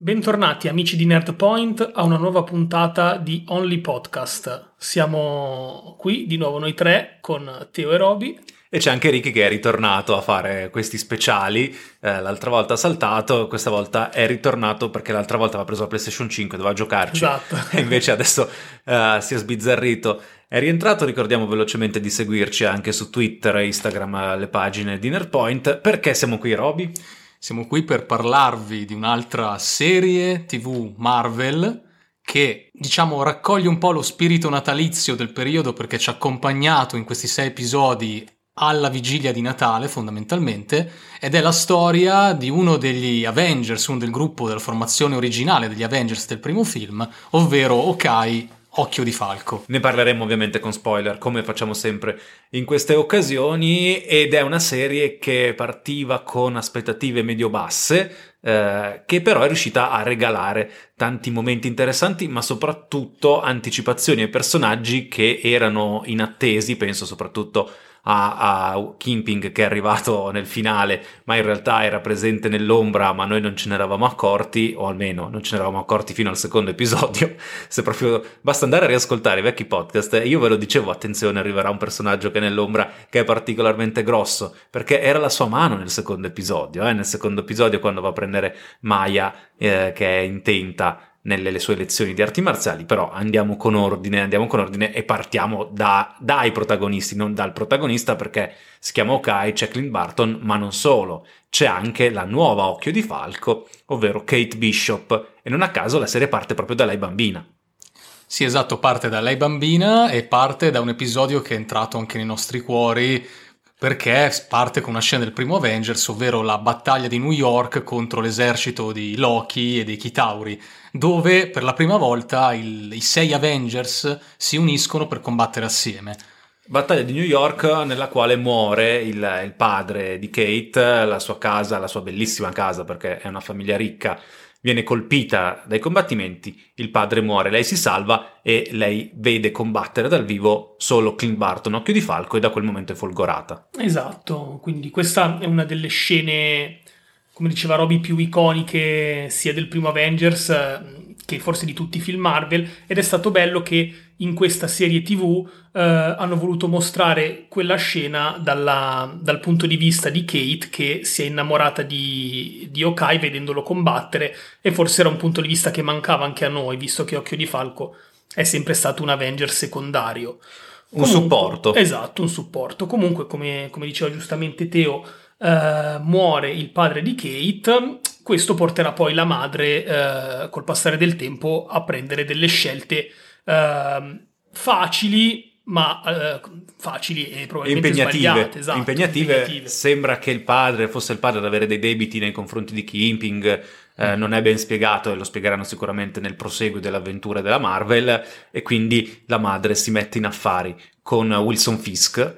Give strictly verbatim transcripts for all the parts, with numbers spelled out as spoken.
Bentornati amici di Nerdpoint a una nuova puntata di Only Podcast. Siamo qui di nuovo noi tre con Teo e Roby. E c'è anche Ricky che è ritornato a fare questi speciali, eh, l'altra volta ha saltato, questa volta è ritornato perché l'altra volta aveva preso la PlayStation cinque, doveva giocarci. Esatto. E invece adesso uh, si è sbizzarrito. È rientrato, ricordiamo velocemente di seguirci anche su Twitter e Instagram, le pagine di Nerdpoint. Perché siamo qui, Roby? Siamo qui per parlarvi di un'altra serie tivù Marvel che, diciamo, raccoglie un po' lo spirito natalizio del periodo perché ci ha accompagnato in questi sei episodi alla vigilia di Natale, fondamentalmente, ed è la storia di uno degli Avengers, uno del gruppo della formazione originale degli Avengers del primo film, ovvero Hawkeye, Occhio di Falco. Ne parleremo ovviamente con spoiler, come facciamo sempre in queste occasioni, ed è una serie che partiva con aspettative medio-basse, eh, che però è riuscita a regalare tanti momenti interessanti, ma soprattutto anticipazioni ai personaggi che erano inattesi, penso soprattutto a, a Kingpin, che è arrivato nel finale ma in realtà era presente nell'ombra, ma noi non ce ne eravamo accorti, o almeno non ce ne eravamo accorti fino al secondo episodio. Se proprio basta andare a riascoltare i vecchi podcast, io ve lo dicevo, attenzione, arriverà un personaggio che è nell'ombra che è particolarmente grosso, perché era la sua mano nel secondo episodio, eh? nel secondo episodio quando va a prendere Maya, eh, che è intenta nelle le sue lezioni di arti marziali. Però andiamo con ordine, andiamo con ordine e partiamo da, dai protagonisti, non dal protagonista, perché si chiama Hawkeye, c'è Clint Barton, ma non solo, c'è anche la nuova Occhio di Falco, ovvero Kate Bishop, e non a caso la serie parte proprio da lei bambina. Sì, esatto, parte da lei bambina e parte da un episodio che è entrato anche nei nostri cuori, perché parte con una scena del primo Avengers, ovvero la battaglia di New York contro l'esercito di Loki e dei Chitauri, dove per la prima volta il, i sei Avengers si uniscono per combattere assieme. Battaglia di New York nella quale muore il, il padre di Kate, la sua casa, la sua bellissima casa, perché è una famiglia ricca, viene colpita dai combattimenti, il padre muore, lei si salva e lei vede combattere dal vivo solo Clint Barton, Occhio di Falco, e da quel momento è folgorata. Esatto, quindi questa è una delle scene, come diceva Roby, più iconiche sia del primo Avengers che forse di tutti i film Marvel, ed è stato bello che in questa serie tivù eh, hanno voluto mostrare quella scena dalla, dal punto di vista di Kate, che si è innamorata di, di Hawkeye vedendolo combattere, e forse era un punto di vista che mancava anche a noi, visto che Occhio di Falco è sempre stato un Avenger secondario. Un Comunque, supporto. Esatto, un supporto. Comunque, come, come diceva giustamente Teo, eh, muore il padre di Kate. Questo porterà poi la madre, eh, col passare del tempo, a prendere delle scelte eh, facili, ma eh, facili e probabilmente impegnative, sbagliate. Esatto, impegnative. impegnative. Sembra che il padre fosse il padre ad avere dei debiti nei confronti di Kingpin, eh, non è ben spiegato, e lo spiegheranno sicuramente nel proseguo dell'avventura della Marvel, e quindi la madre si mette in affari con Wilson Fisk,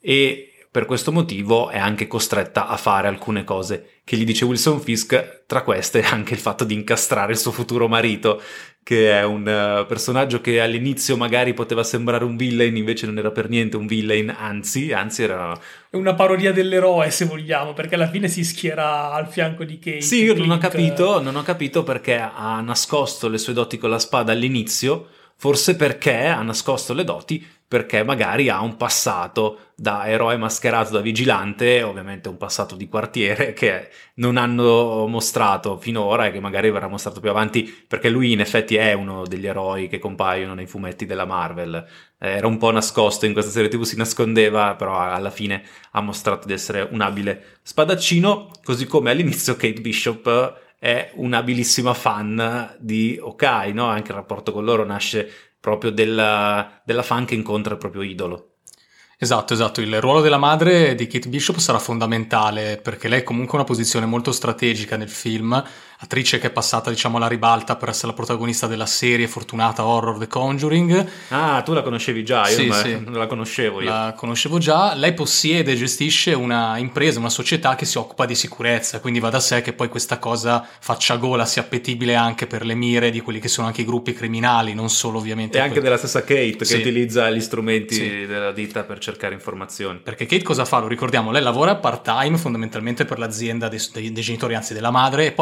e per questo motivo è anche costretta a fare alcune cose che gli dice Wilson Fisk, tra queste anche il fatto di incastrare il suo futuro marito, che è un uh, personaggio che all'inizio magari poteva sembrare un villain, invece non era per niente un villain, anzi, anzi era... È una parodia dell'eroe, se vogliamo, perché alla fine si schiera al fianco di Kate. Sì, io non ho Clint. capito, non ho capito perché ha nascosto le sue doti con la spada all'inizio, forse perché ha nascosto le doti perché magari ha un passato da eroe mascherato, da vigilante, ovviamente un passato di quartiere che non hanno mostrato finora e che magari verrà mostrato più avanti, perché lui in effetti è uno degli eroi che compaiono nei fumetti della Marvel. Era un po' nascosto in questa serie tivù, si nascondeva, però alla fine ha mostrato di essere un abile spadaccino, così come all'inizio Kate Bishop è un'abilissima fan di Hawkeye, no? Anche il rapporto con loro nasce proprio della, della fan che incontra il proprio idolo. Esatto, esatto. Il ruolo della madre di Kate Bishop sarà fondamentale perché lei è comunque una posizione molto strategica nel film, attrice che è passata, diciamo, alla ribalta per essere la protagonista della serie fortunata horror The Conjuring. Ah, tu la conoscevi già, io sì, non, sì. non la conoscevo io. La conoscevo già. Lei possiede e gestisce una impresa, una società che si occupa di sicurezza, quindi va da sé che poi questa cosa faccia gola, sia appetibile anche per le mire di quelli che sono anche i gruppi criminali, non solo ovviamente... E anche della stessa Kate, che sì. utilizza gli strumenti sì. della ditta per cercare informazioni. Perché Kate cosa fa? Lo ricordiamo, lei lavora part-time fondamentalmente per l'azienda dei, dei, dei genitori, anzi della madre, e poi lei studia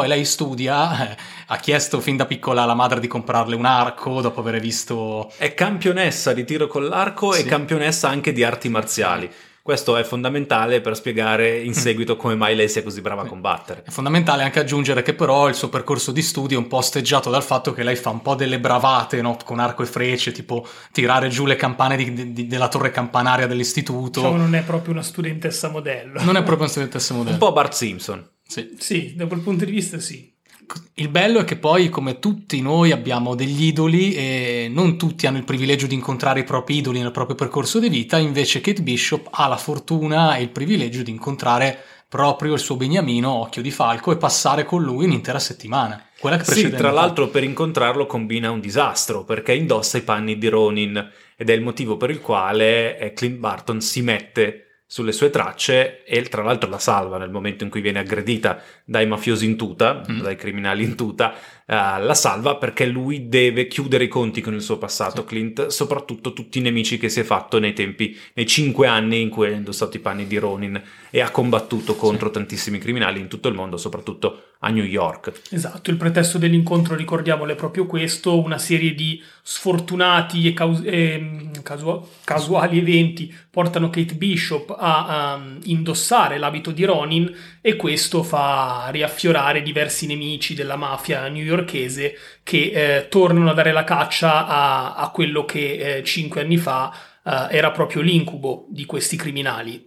studia, eh, ha chiesto fin da piccola alla madre di comprarle un arco dopo aver visto... È campionessa di tiro con l'arco sì. e campionessa anche di arti marziali. Questo è fondamentale per spiegare in seguito come mai lei sia così brava a combattere. È fondamentale anche aggiungere che però il suo percorso di studio è un po' osteggiato dal fatto che lei fa un po' delle bravate, no? Con arco e frecce, tipo tirare giù le campane di, di, della torre campanaria dell'istituto. Diciamo non è proprio una studentessa modello. Non è proprio una studentessa modello. Un po' Bart Simpson. Sì. Sì, da quel punto di vista sì. Il bello è che poi, come tutti noi, abbiamo degli idoli e non tutti hanno il privilegio di incontrare i propri idoli nel proprio percorso di vita, invece Kate Bishop ha la fortuna e il privilegio di incontrare proprio il suo beniamino Occhio di Falco e passare con lui un'intera settimana. Quella che sì, tra l'altro per incontrarlo combina un disastro, perché indossa i panni di Ronin ed è il motivo per il quale Clint Barton si mette sulle sue tracce e tra l'altro la salva nel momento in cui viene aggredita dai mafiosi in tuta, mm. dai criminali in tuta, uh, la salva perché lui deve chiudere i conti con il suo passato, sì. Clint, soprattutto tutti i nemici che si è fatto nei tempi, nei cinque anni in cui ha indossato i panni di Ronin e ha combattuto contro sì. tantissimi criminali in tutto il mondo, soprattutto a New York. Esatto, il pretesto dell'incontro, ricordiamolo, è proprio questo, una serie di sfortunati e, caus- e casu- casuali eventi portano Kate Bishop a um, indossare l'abito di Ronin e questo fa riaffiorare diversi nemici della mafia newyorkese che eh, tornano a dare la caccia a, a quello che eh, cinque anni fa eh, era proprio l'incubo di questi criminali.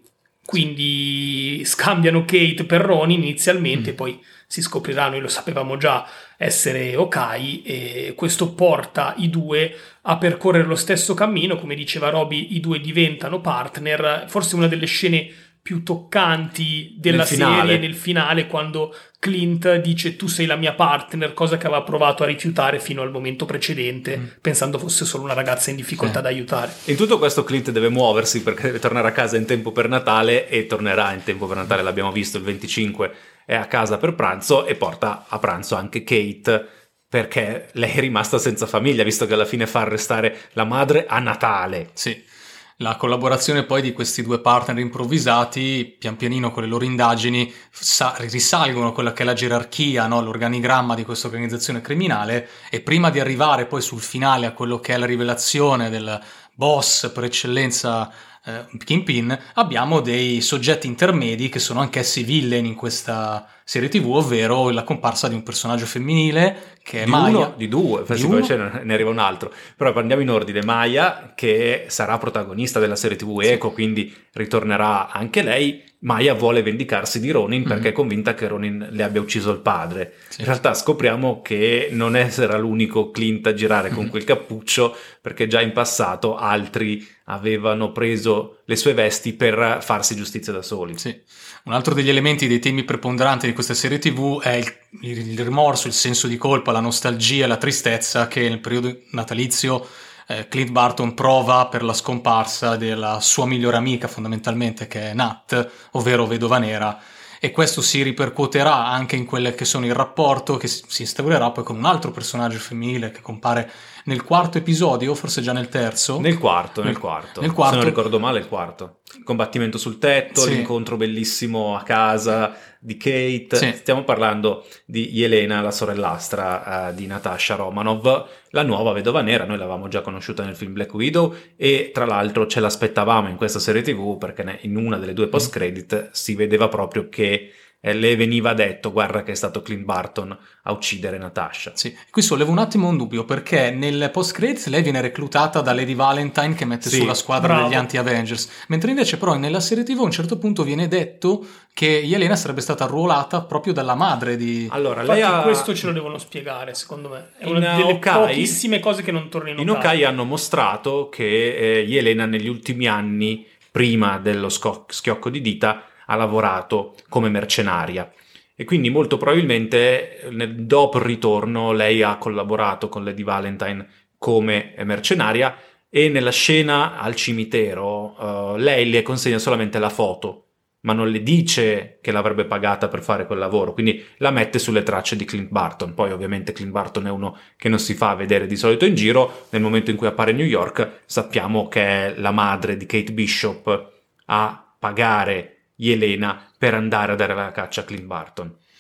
Quindi scambiano Kate per Ronin inizialmente, mm. poi si scoprirà, noi lo sapevamo già, essere Okai, e questo porta i due a percorrere lo stesso cammino. Come diceva Roby, i due diventano partner. Forse una delle scene più toccanti della nel serie finale. nel finale, quando Clint dice tu sei la mia partner, cosa che aveva provato a rifiutare fino al momento precedente, mm. pensando fosse solo una ragazza in difficoltà sì. da aiutare. In tutto questo Clint deve muoversi perché deve tornare a casa in tempo per Natale e tornerà in tempo per Natale, l'abbiamo visto il venticinque, è a casa per pranzo e porta a pranzo anche Kate perché lei è rimasta senza famiglia, visto che alla fine fa arrestare la madre a Natale. Sì. La collaborazione poi di questi due partner improvvisati, pian pianino con le loro indagini, sa- risalgono quella che è la gerarchia, no? L'organigramma di questa organizzazione criminale, e prima di arrivare poi sul finale a quello che è la rivelazione del boss per eccellenza eh, Kingpin, abbiamo dei soggetti intermedi che sono anch'essi villain in questa serie tv, ovvero la comparsa di un personaggio femminile che è di Maya. Uno, di due, di poi cioè, ne arriva un altro. Però andiamo in ordine. Maya, che sarà protagonista della serie tv Echo, sì. quindi ritornerà anche lei. Maya vuole vendicarsi di Ronin mm-hmm. perché è convinta che Ronin le abbia ucciso il padre. Sì. In realtà scopriamo che non sarà l'unico Clint a girare mm-hmm. con quel cappuccio, perché già in passato altri avevano preso le sue vesti per farsi giustizia da soli. Sì. Un altro degli elementi, dei temi preponderanti di questa serie tv è il, il rimorso, il senso di colpa, la nostalgia, la tristezza che nel periodo natalizio eh, Clint Barton prova per la scomparsa della sua migliore amica, fondamentalmente, che è Nat, ovvero Vedova Nera. E questo si ripercuoterà anche in quelle che sono il rapporto che si instaurerà poi con un altro personaggio femminile che compare nel quarto episodio, forse già nel terzo. Nel quarto, nel, nel quarto. Nel quarto. Se non ricordo male, il quarto. Il combattimento sul tetto, sì. l'incontro bellissimo a casa di Kate. Sì. Stiamo parlando di Yelena, la sorellastra uh, di Natasha Romanoff, la nuova Vedova Nera. Noi l'avevamo già conosciuta nel film Black Widow e tra l'altro ce l'aspettavamo in questa serie tv perché in una delle due post-credit si vedeva proprio che eh, le veniva detto guarda che è stato Clint Barton a uccidere Natasha. Sì, qui sollevo un attimo un dubbio perché nel post-credits lei viene reclutata da Lady Valentine che mette sì, sulla squadra bravo. degli anti-Avengers, mentre invece però nella serie tv a un certo punto viene detto che Yelena sarebbe stata arruolata proprio dalla madre di... Allora, Infatti lei ha... questo ce lo devono spiegare, secondo me. È in una delle Okai, pochissime cose che non tornano in In Okai hanno mostrato che eh, Yelena negli ultimi anni, prima dello sco- schiocco di dita, ha lavorato come mercenaria. E quindi molto probabilmente nel, dopo il ritorno lei ha collaborato con Lady Valentine come mercenaria e nella scena al cimitero uh, lei le consegna solamente la foto, ma non le dice che l'avrebbe pagata per fare quel lavoro, quindi la mette sulle tracce di Clint Barton. Poi ovviamente Clint Barton è uno che non si fa vedere di solito in giro. Nel momento in cui appare a New York sappiamo che è la madre di Kate Bishop a pagare Yelena per andare a dare la caccia a Clint Barton.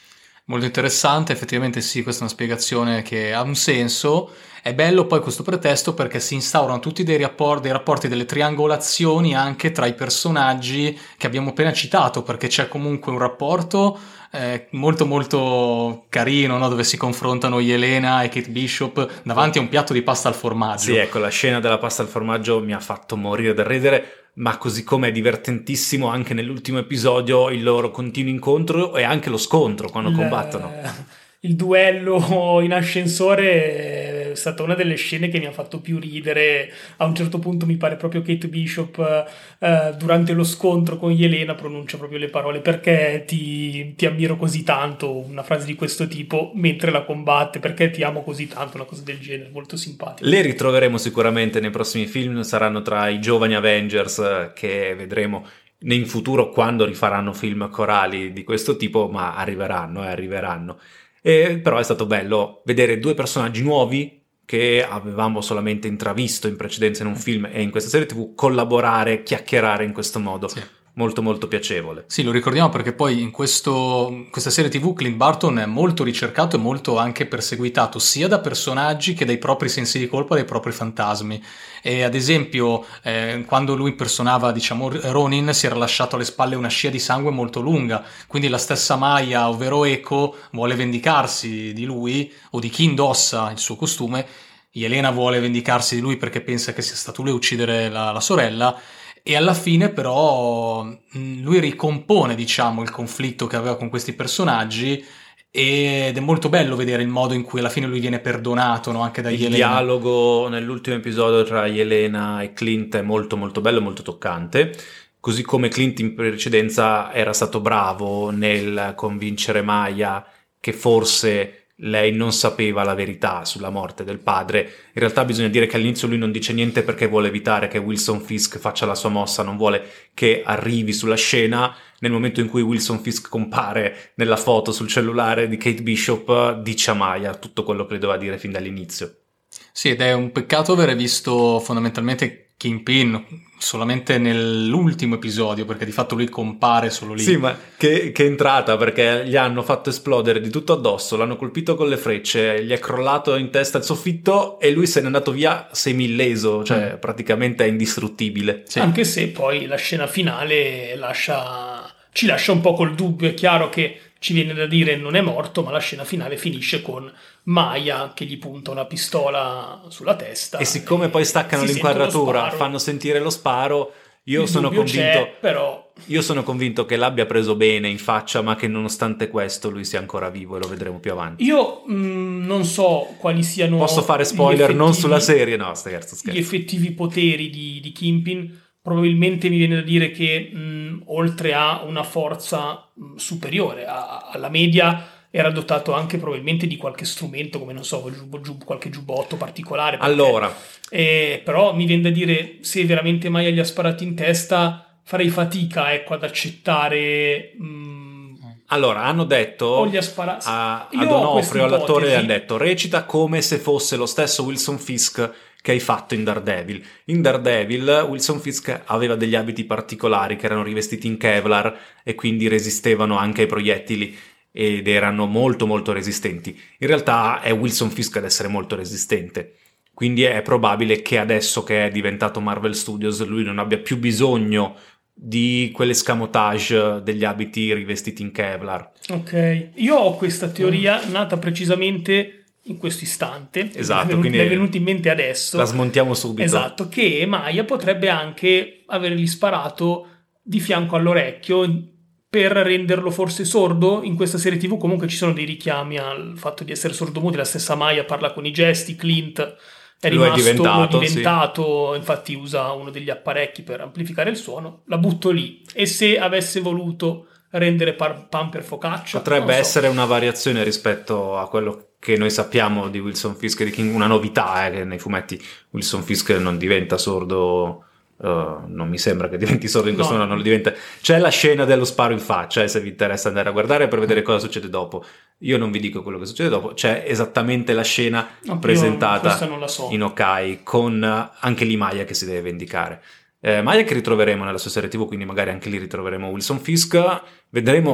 Molto interessante, effettivamente sì, questa è una spiegazione che ha un senso. È bello poi questo pretesto perché si instaurano tutti dei rapporti, dei rapporti, delle triangolazioni anche tra i personaggi che abbiamo appena citato, perché c'è comunque un rapporto eh, molto molto carino, no? Dove si confrontano Yelena e Kate Bishop davanti a un piatto di pasta al formaggio. Sì, ecco, la scena della pasta al formaggio mi ha fatto morire da ridere, ma così come è divertentissimo anche nell'ultimo episodio il loro continuo incontro e anche lo scontro quando il, combattono. Il duello in ascensore è stata una delle scene che mi ha fatto più ridere. A un certo punto mi pare proprio Kate Bishop eh, durante lo scontro con Yelena pronuncia proprio le parole "perché ti, ti ammiro così tanto", una frase di questo tipo mentre la combatte, "perché ti amo così tanto", una cosa del genere, molto simpatica. Le ritroveremo sicuramente nei prossimi film, saranno tra i giovani Avengers che vedremo in futuro quando rifaranno film corali di questo tipo, ma arriveranno e eh, arriveranno. E però è stato bello vedere due personaggi nuovi che avevamo solamente intravisto in precedenza in un film e in questa serie tivù collaborare, chiacchierare in questo modo. Sì. Molto molto piacevole. Sì, lo ricordiamo perché poi in questo, questa serie tivù Clint Barton è molto ricercato e molto anche perseguitato sia da personaggi che dai propri sensi di colpa, dai propri fantasmi. E ad esempio eh, quando lui impersonava, diciamo, Ronin, si era lasciato alle spalle una scia di sangue molto lunga, quindi la stessa Maya, ovvero Echo, vuole vendicarsi di lui o di chi indossa il suo costume. Yelena vuole vendicarsi di lui perché pensa che sia stato lui a uccidere la, la sorella. E alla fine però lui ricompone, diciamo, il conflitto che aveva con questi personaggi ed è molto bello vedere il modo in cui alla fine lui viene perdonato, no? Anche da il Yelena. Il dialogo nell'ultimo episodio tra Yelena e Clint è molto molto bello, molto toccante. Così come Clint in precedenza era stato bravo nel convincere Maya che forse lei non sapeva la verità sulla morte del padre. In realtà bisogna dire che all'inizio lui non dice niente perché vuole evitare che Wilson Fisk faccia la sua mossa, non vuole che arrivi sulla scena. Nel momento in cui Wilson Fisk compare nella foto sul cellulare di Kate Bishop, dice a Maya tutto quello che le doveva dire fin dall'inizio. Sì, ed è un peccato aver visto fondamentalmente Kingpin solamente nell'ultimo episodio, perché di fatto lui compare solo lì. Sì, ma che, che entrata, perché gli hanno fatto esplodere di tutto addosso, l'hanno colpito con le frecce, gli è crollato in testa il soffitto e lui se n'è andato via semilleso, cioè mm. praticamente è indistruttibile. Sì. Anche se poi la scena finale lascia, ci lascia un po' col dubbio. È chiaro che ci viene da dire non è morto, ma la scena finale finisce con Maya che gli punta una pistola sulla testa. E siccome e poi staccano l'inquadratura, fanno sentire lo sparo, io Il sono convinto c'è, però... io sono convinto che l'abbia preso bene in faccia, ma che nonostante questo lui sia ancora vivo e lo vedremo più avanti. Io mh, non so quali siano... Posso fare spoiler non sulla serie? No, scherzo, scherzo. Gli effettivi poteri di, di Kingpin. Probabilmente mi viene da dire che mh, oltre a una forza mh, superiore a, alla media, era dotato anche probabilmente di qualche strumento, come non so, giub, giub, qualche giubbotto particolare. Perché, allora, eh, però mi viene da dire, se veramente Maya gli ha sparato in testa, farei fatica, ecco, ad accettare. Mh, allora, hanno detto o gli ha sparato. A, ad Onofrio, all'attore, hanno detto recita come se fosse lo stesso Wilson Fisk che hai fatto in Daredevil. In Daredevil Wilson Fisk aveva degli abiti particolari che erano rivestiti in Kevlar e quindi resistevano anche ai proiettili ed erano molto molto resistenti. In realtà è Wilson Fisk ad essere molto resistente, quindi è probabile che adesso che è diventato Marvel Studios lui non abbia più bisogno di quell'escamotage degli abiti rivestiti in Kevlar. Ok, io ho questa teoria mm. nata precisamente in questo istante, esatto, mi è venuto in mente adesso. La smontiamo subito. Esatto, che Maya potrebbe anche avergli sparato di fianco all'orecchio per renderlo forse sordo. In questa serie tivù comunque ci sono dei richiami al fatto di essere sordomuti, la stessa Maya parla con i gesti, Clint è rimasto, lo è diventato, lo è diventato sì. Infatti usa uno degli apparecchi per amplificare il suono, la butto lì. E se avesse voluto rendere par- pan per focaccia, potrebbe so. essere una variazione rispetto a quello che noi sappiamo di Wilson Fisk e di King, una novità, eh, che nei fumetti Wilson Fisk non diventa sordo, uh, non mi sembra che diventi sordo in questo no. momento, non lo diventa. C'è la scena dello sparo in faccia, eh, se vi interessa andare a guardare per vedere cosa succede dopo. Io non vi dico quello che succede dopo, c'è esattamente la scena no, presentata non la so. in Hawkeye con anche lì Maya che si deve vendicare. Eh, Maya che ritroveremo nella sua serie tivù, quindi magari anche lì ritroveremo Wilson Fisk, vedremo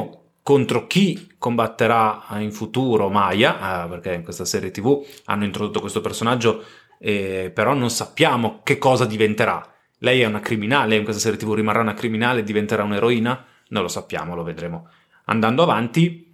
contro chi combatterà in futuro Maya, eh, perché in questa serie tv hanno introdotto questo personaggio, eh, però non sappiamo che cosa diventerà. Lei è una criminale, in questa serie tv rimarrà una criminale, diventerà un'eroina? Non lo sappiamo, lo vedremo andando avanti.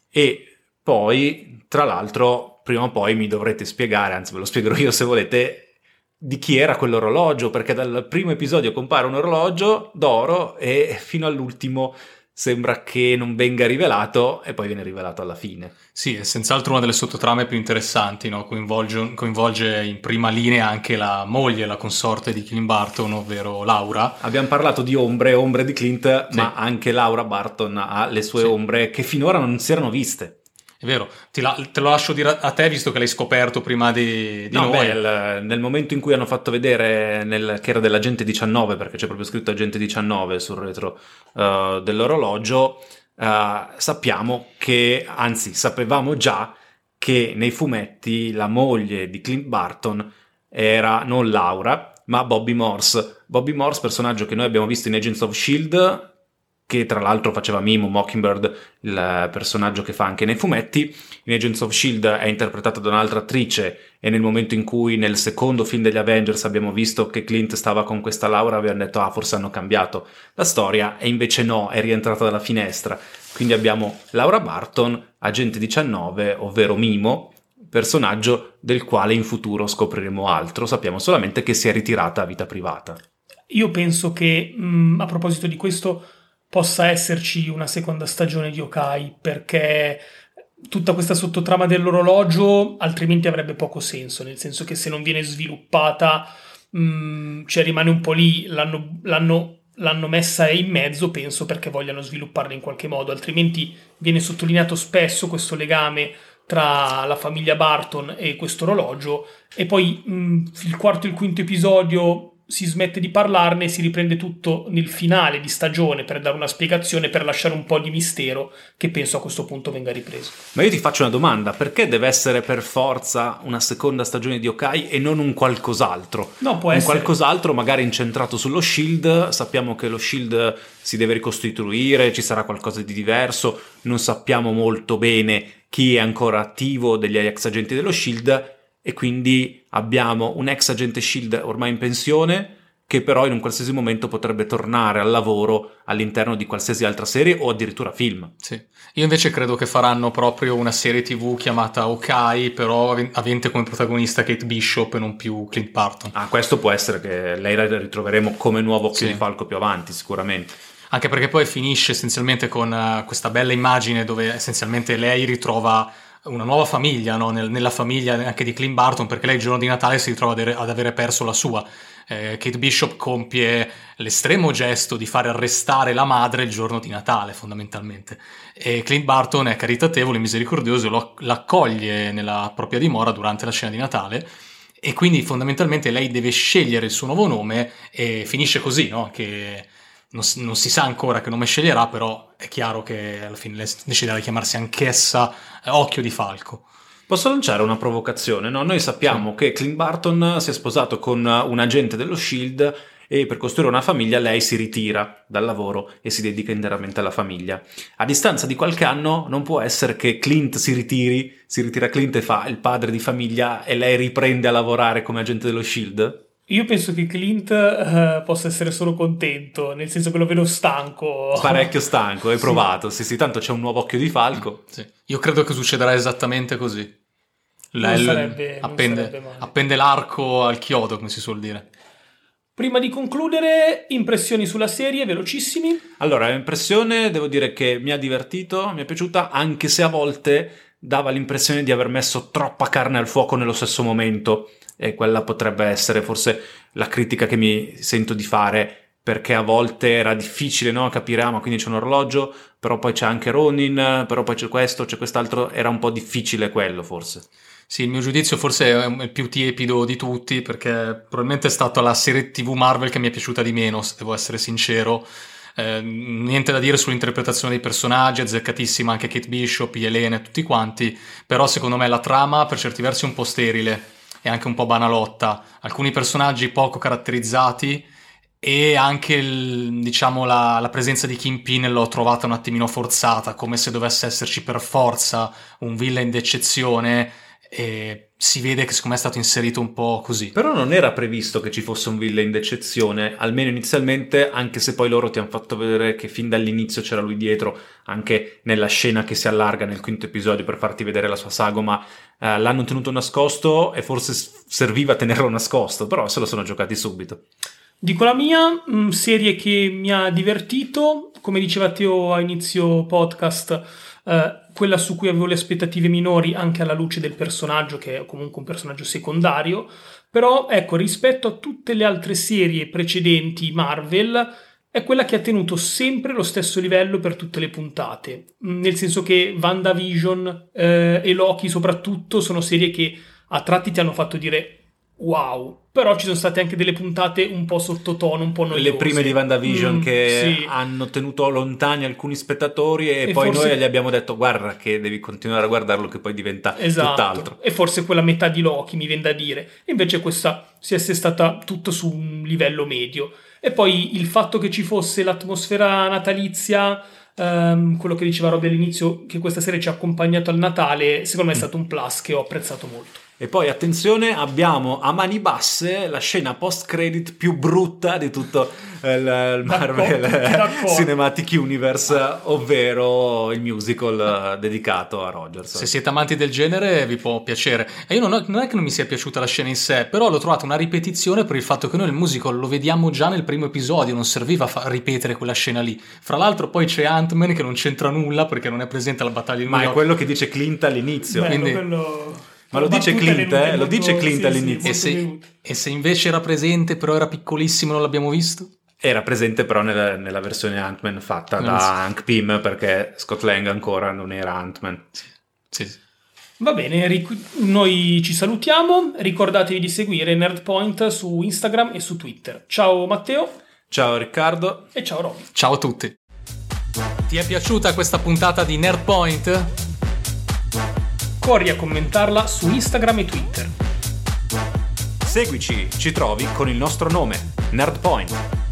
E poi, tra l'altro, prima o poi mi dovrete spiegare, anzi ve lo spiegherò io se volete, di chi era quell'orologio, perché dal primo episodio compare un orologio d'oro e fino all'ultimo sembra che non venga rivelato e poi viene rivelato alla fine. Sì, è senz'altro una delle sottotrame più interessanti, no? Coinvolge, coinvolge in prima linea anche la moglie, la consorte di Clint Barton, ovvero Laura. Abbiamo parlato di ombre, ombre di Clint, sì. ma anche Laura Barton ha le sue sì. ombre che finora non si erano viste. È vero, te, la, te lo lascio dire a te visto che l'hai scoperto prima di, di no, noi. Beh, il, nel momento in cui hanno fatto vedere nel, che era dell'agente diciannove, perché c'è proprio scritto agente diciannove sul retro uh, dell'orologio, uh, sappiamo che, anzi sapevamo già che nei fumetti la moglie di Clint Barton era non Laura, ma Bobby Morse. Bobby Morse, personaggio che noi abbiamo visto in Agents of Shield, che tra l'altro faceva Mimo Mockingbird, il personaggio che fa anche nei fumetti. In Agents of Shield è interpretato da un'altra attrice e nel momento in cui nel secondo film degli Avengers abbiamo visto che Clint stava con questa Laura abbiamo detto ah forse hanno cambiato la storia, e invece no, è rientrata dalla finestra. Quindi abbiamo Laura Barton, agente diciannove, ovvero Mimo, personaggio del quale in futuro scopriremo altro, sappiamo solamente che si è ritirata a vita privata. Io penso che mh, a proposito di questo possa esserci una seconda stagione di Hawkeye, perché tutta questa sottotrama dell'orologio altrimenti avrebbe poco senso, nel senso che se non viene sviluppata mh, cioè rimane un po' lì, l'hanno, l'hanno, l'hanno messa in mezzo, penso perché vogliano svilupparla in qualche modo, altrimenti viene sottolineato spesso questo legame tra la famiglia Barton e questo orologio, e poi mh, il quarto e il quinto episodio si smette di parlarne e si riprende tutto nel finale di stagione per dare una spiegazione, per lasciare un po' di mistero che penso a questo punto venga ripreso. Ma io ti faccio una domanda: perché deve essere per forza una seconda stagione di Hawkeye e non un qualcos'altro? No, può un essere qualcos'altro magari incentrato sullo Shield. Sappiamo che lo Shield si deve ricostituire, ci sarà qualcosa di diverso, non sappiamo molto bene chi è ancora attivo degli ex agenti dello Shield, e quindi abbiamo un ex agente Shield ormai in pensione che però in un qualsiasi momento potrebbe tornare al lavoro all'interno di qualsiasi altra serie o addirittura film. Sì. Io invece credo che faranno proprio una serie tv chiamata Hawkeye, però avente come protagonista Kate Bishop e non più Clint Barton. Ah, questo può essere che lei la ritroveremo come nuovo Occhio sì. di Falco più avanti, sicuramente. Anche perché poi finisce essenzialmente con uh, questa bella immagine dove essenzialmente lei ritrova una nuova famiglia, no? Nel, nella famiglia anche di Clint Barton, perché lei il giorno di Natale si ritrova ad avere, ad avere perso la sua. Eh, Kate Bishop compie l'estremo gesto di fare arrestare la madre il giorno di Natale, fondamentalmente. E Clint Barton è caritatevole e misericordioso, lo, l'accoglie nella propria dimora durante la cena di Natale, e quindi fondamentalmente lei deve scegliere il suo nuovo nome, e finisce così, no? Che non, non si sa ancora che nome sceglierà, però è chiaro che alla fine lei deciderà di chiamarsi anch'essa eh, Occhio di Falco. Posso lanciare una provocazione, no? Noi sappiamo sì. che Clint Barton si è sposato con un agente dello Shield e per costruire una famiglia lei si ritira dal lavoro e si dedica interamente alla famiglia. A distanza di qualche anno non può essere che Clint si ritiri, si ritira Clint e fa il padre di famiglia e lei riprende a lavorare come agente dello Shield? Io penso che Clint uh, possa essere solo contento, nel senso che lo vedo stanco. Parecchio stanco, hai provato. Sì, sì, sì, tanto c'è un nuovo Occhio di Falco. Sì. Io credo che succederà esattamente così. Non L- sarebbe, appende, non sarebbe male. appende l'arco al chiodo, come si suol dire. Prima di concludere, impressioni sulla serie, velocissimi. Allora, l'impressione, devo dire che mi ha divertito, mi è piaciuta, anche se a volte dava l'impressione di aver messo troppa carne al fuoco nello stesso momento. E quella potrebbe essere forse la critica che mi sento di fare, perché a volte era difficile, no? Capire, ah, ma quindi c'è un orologio, però poi c'è anche Ronin, però poi c'è questo, c'è quest'altro, era un po' difficile quello forse. Sì, il mio giudizio forse è il più tiepido di tutti, perché probabilmente è stata la serie tivù Marvel che mi è piaciuta di meno, se devo essere sincero. Eh, niente da dire sull'interpretazione dei personaggi, azzeccatissima anche Kate Bishop, Yelena e tutti quanti, però secondo me la trama per certi versi è un po' sterile e anche un po' banalotta, alcuni personaggi poco caratterizzati E anche il, diciamo la, la presenza di Kingpin l'ho trovata un attimino forzata, come se dovesse esserci per forza un villain d'eccezione, e si vede che secondo me è stato inserito un po' così. Però non era previsto che ci fosse un villain d'eccezione, almeno inizialmente, anche se poi loro ti hanno fatto vedere che fin dall'inizio c'era lui dietro, anche nella scena che si allarga nel quinto episodio per farti vedere la sua sagoma. eh, l'hanno tenuto nascosto e forse serviva tenerlo nascosto, però se lo sono giocati subito. Dico la mia, mh, serie che mi ha divertito, come diceva Teo a inizio podcast, eh, quella su cui avevo le aspettative minori anche alla luce del personaggio, che è comunque un personaggio secondario, però ecco, rispetto a tutte le altre serie precedenti Marvel, è quella che ha tenuto sempre lo stesso livello per tutte le puntate, mh, nel senso che WandaVision eh, e Loki soprattutto sono serie che a tratti ti hanno fatto dire wow, però ci sono state anche delle puntate un po' sottotono, un po' noiose. Le prime di WandaVision mm, che sì. hanno tenuto lontani alcuni spettatori e, E poi forse... noi gli abbiamo detto guarda che devi continuare a guardarlo che poi diventa esatto. tutt'altro. E forse quella metà di Loki mi viene da dire. Invece questa si è assestata tutto su un livello medio. E poi il fatto che ci fosse l'atmosfera natalizia, um, quello che diceva Roby all'inizio, che questa serie ci ha accompagnato al Natale, secondo me è stato un plus che ho apprezzato molto. E poi attenzione, abbiamo a mani basse la scena post-credit più brutta di tutto il, il Marvel d'accordo. Cinematic Universe, ovvero il musical dedicato a Rogers. Se siete amanti del genere vi può piacere. E io non, ho, non è che non mi sia piaciuta la scena in sé, però l'ho trovata una ripetizione per il fatto che noi il musical lo vediamo già nel primo episodio, non serviva a fa- ripetere quella scena lì. Fra l'altro poi c'è Ant-Man che non c'entra nulla perché non è presente alla battaglia di New Ma York. è quello che dice Clint all'inizio. Bello, Quindi... quello... Ma lo dice Clint, eh? Lo dice Clint sì, all'inizio. sì, E se, e se invece era presente però era piccolissimo, non l'abbiamo visto? Era presente però nella, nella versione Ant-Man fatta Non da so. Hank Pym, perché Scott Lang ancora non era Ant-Man. Sì, sì. Va bene, ric- noi ci salutiamo, ricordatevi di seguire Nerdpoint su Instagram e su Twitter. Ciao Matteo. Ciao Riccardo. E ciao Roby. Ciao a tutti. Ti è piaciuta questa puntata di Nerdpoint? Corri a commentarla su Instagram e Twitter. Seguici, ci trovi con il nostro nome, Nerdpoint.